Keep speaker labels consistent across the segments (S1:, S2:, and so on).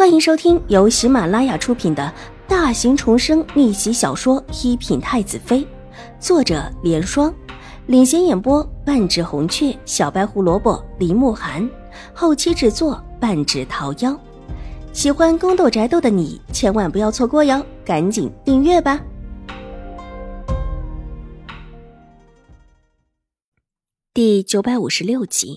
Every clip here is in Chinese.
S1: 欢迎收听由喜马拉雅出品的大型重生逆袭小说《一品太子妃》，作者莲霜，领衔演播半指红雀、小白胡萝卜、林慕寒，后期制作半指桃夭。喜欢宫斗宅斗的你千万不要错过哟，赶紧订阅吧。第956集。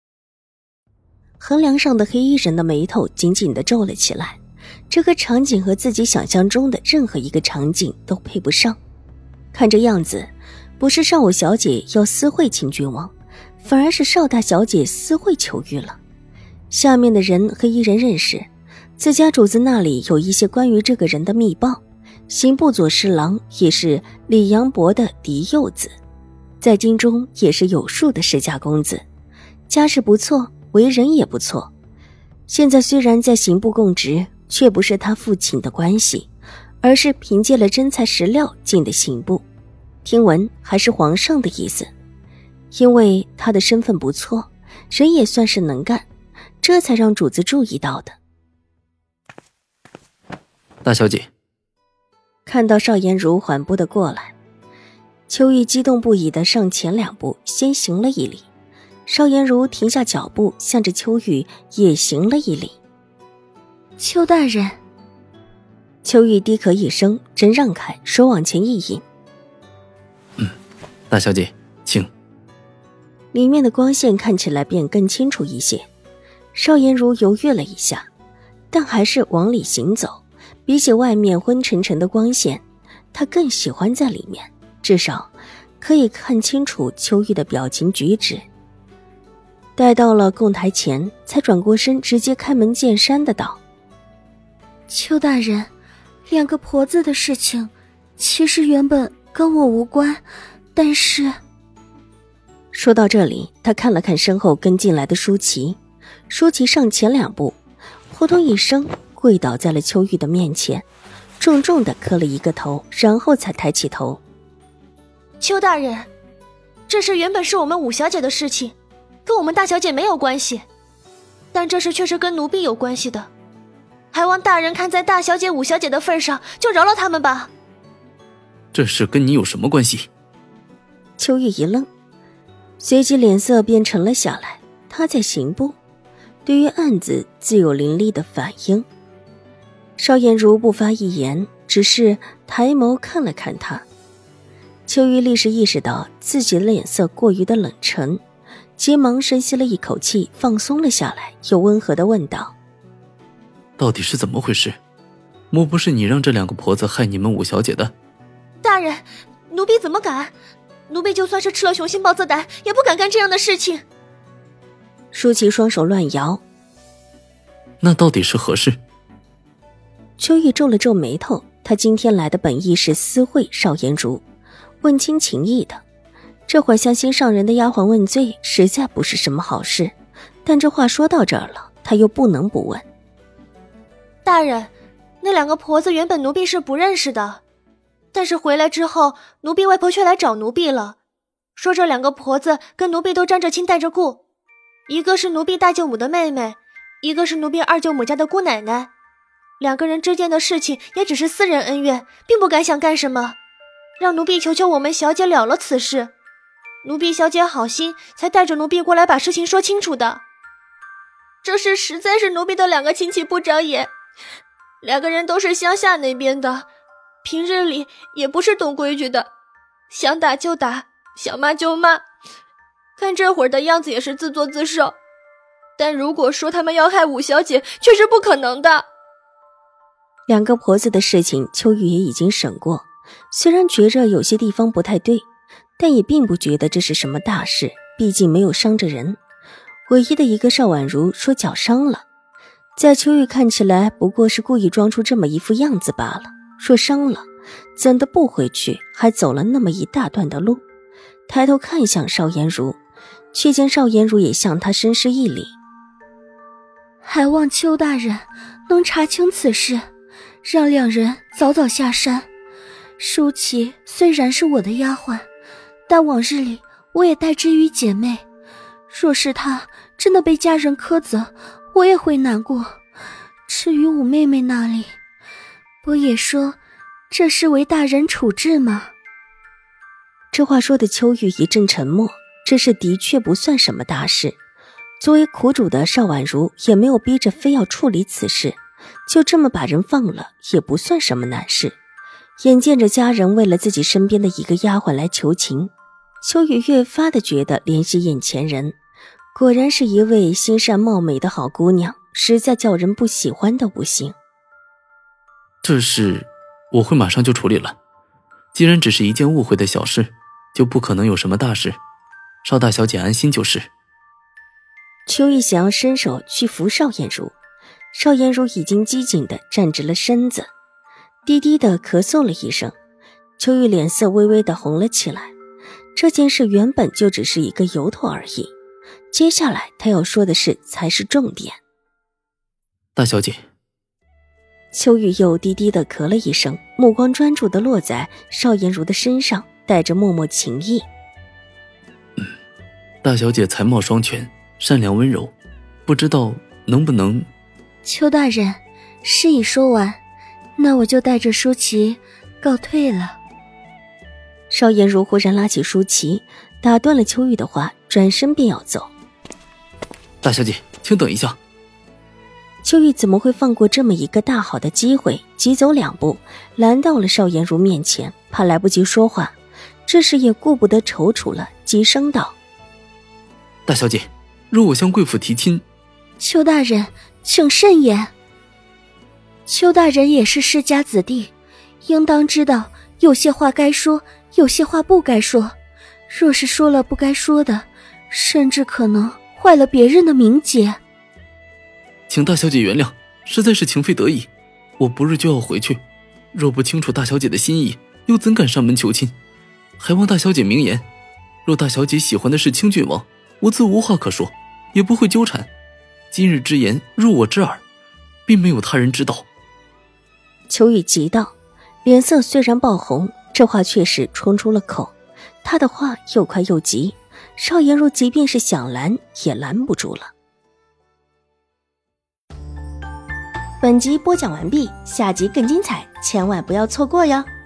S1: 横梁上的黑衣人的眉头紧紧地皱了起来，这个场景和自己想象中的任何一个场景都配不上。看这样子，不是少武小姐要私会秦君王，反而是少大小姐私会秋玉了。下面的人黑衣人认识，自家主子那里有一些关于这个人的密报。刑部左侍郎也是李阳伯的嫡幼子，在京中也是有数的世家公子，家世不错，为人也不错。现在虽然在刑部供职，却不是他父亲的关系，而是凭借了真材实料进的刑部，听闻还是皇上的意思。因为他的身份不错，人也算是能干，这才让主子注意到的。
S2: 大小姐。
S1: 看到邵颜如缓步的过来，秋玉激动不已地上前2步，先行了一礼。邵颜如停下脚步，向着秋玉也行了一礼。
S3: 邱大人。
S1: 秋玉低咳一声，真让开，手往前一引。
S2: 大小姐，请。
S1: 里面的光线看起来便更清楚一些。邵颜如犹豫了一下，但还是往里行走。比起外面昏沉沉的光线，他更喜欢在里面，至少可以看清楚秋玉的表情举止。待到了供台前，才转过身，直接开门见山的道：
S3: 邱大人，2个婆子的事情其实原本跟我无关，但是……
S1: 说到这里，他看了看身后跟进来的舒淇，舒淇上前2步，扑通一声跪倒在了秋玉的面前，重重地磕了一个头，然后才抬起头。
S4: 邱大人，这事原本是我们五小姐的事情，跟我们大小姐没有关系，但这事却是跟奴婢有关系的，还望大人看在大小姐五小姐的份上，就饶了他们吧。
S2: 这事跟你有什么关系？
S1: 秋玉一愣，随即脸色便沉了下来。他在刑部，对于案子自有凌厉的反应。邵颜如不发一言，只是抬眸看了看他。秋玉立时意识到自己的脸色过于的冷沉，急忙深吸了一口气，放松了下来，又温和地问道：
S2: 到底是怎么回事？莫不是你让这2个婆子害你们五小姐的？
S4: 大人，奴婢怎么敢？奴婢就算是吃了雄心豹子胆，也不敢干这样的事情。
S1: 舒淇双手乱摇。
S2: 那到底是何事？
S1: 秋玉皱了皱眉头，他今天来的本意是私会邵颜如，问清情意的。这会儿向心上人的丫鬟问罪，实在不是什么好事。但这话说到这儿了，他又不能不问。
S4: 大人，那2个婆子原本奴婢是不认识的，但是回来之后，奴婢外婆却来找奴婢了，说这2个婆子跟奴婢都沾着亲带着故，一个是奴婢大舅母的妹妹，一个是奴婢二舅母家的姑奶奶。2个人之间的事情也只是私人恩怨，并不敢想干什么，让奴婢求求我们小姐了了此事。奴婢小姐好心，才带着奴婢过来把事情说清楚的。这事实在是奴婢的2个亲戚不长眼，2个人都是乡下那边的，平日里也不是懂规矩的，想打就打，想骂就骂，看这会儿的样子也是自作自受。但如果说他们要害五小姐，却是不可能的。
S1: 2个婆子的事情，秋玉也已经审过，虽然觉着有些地方不太对，但也并不觉得这是什么大事，毕竟没有伤着人。唯一的一个邵婉如说脚伤了，在秋玉看起来不过是故意装出这么一副样子罢了。说伤了，怎的不回去，还走了那么一大段的路。抬头看向邵颜如，却见邵颜如也向他深施一礼。
S3: 还望邱大人能查清此事，让2人早早下山。舒淇虽然是我的丫鬟，但往日里我也待之于姐妹，若是她真的被家人苛责，我也会难过。 至于五妹妹那里，不也说这是为大人处置吗？
S1: 这话说的秋玉一阵沉默，这事的确不算什么大事。作为苦主的邵婉如也没有逼着非要处理此事，就这么把人放了也不算什么难事。眼见着家人为了自己身边的一个丫鬟来求情，秋雨越发的觉得怜惜眼前人，果然是一位心善貌美的好姑娘，实在叫人不喜欢的无形。
S2: 这事我会马上就处理了，既然只是一件误会的小事，就不可能有什么大事，邵大小姐安心就是。
S1: 秋玉想要伸手去扶邵颜如，邵颜如已经机警地站直了身子，低低地咳嗽了一声。秋玉脸色微微地红了起来，这件事原本就只是一个由头而已，接下来他要说的事才是重点。
S2: 大小姐。
S1: 秋玉又低低地咳了一声，目光专注地落在邵颜如的身上，带着默默情意。
S2: 大小姐才貌双全，善良温柔，不知道能不能……
S3: 邱大人，事已说完，那我就带着舒淇告退了。
S1: 邵颜如忽然拉起舒淇，打断了秋玉的话，转身便要走。
S2: 大小姐，请等一下。
S1: 秋玉怎么会放过这么一个大好的机会，急走两步拦到了邵颜如面前，怕来不及说话，这时也顾不得踌躇了，急声道：
S2: 大小姐，若我向贵府提亲……
S3: 邱大人请慎言。邱大人也是世家子弟，应当知道有些话该说，有些话不该说，若是说了不该说的，甚至可能坏了别人的名节。
S2: 请大小姐原谅，实在是情非得已，我不日就要回去，若不清楚大小姐的心意，又怎敢上门求亲？还望大小姐明言，若大小姐喜欢的是清郡王，我自无话可说，也不会纠缠。今日之言入我之耳，并没有他人知道。
S1: 秋雨急道，脸色虽然爆红，这话确实冲出了口。他的话又快又急，邵颜如即便是想拦也拦不住了。
S4: 本集播讲完毕，下集更精彩，千万不要错过哟。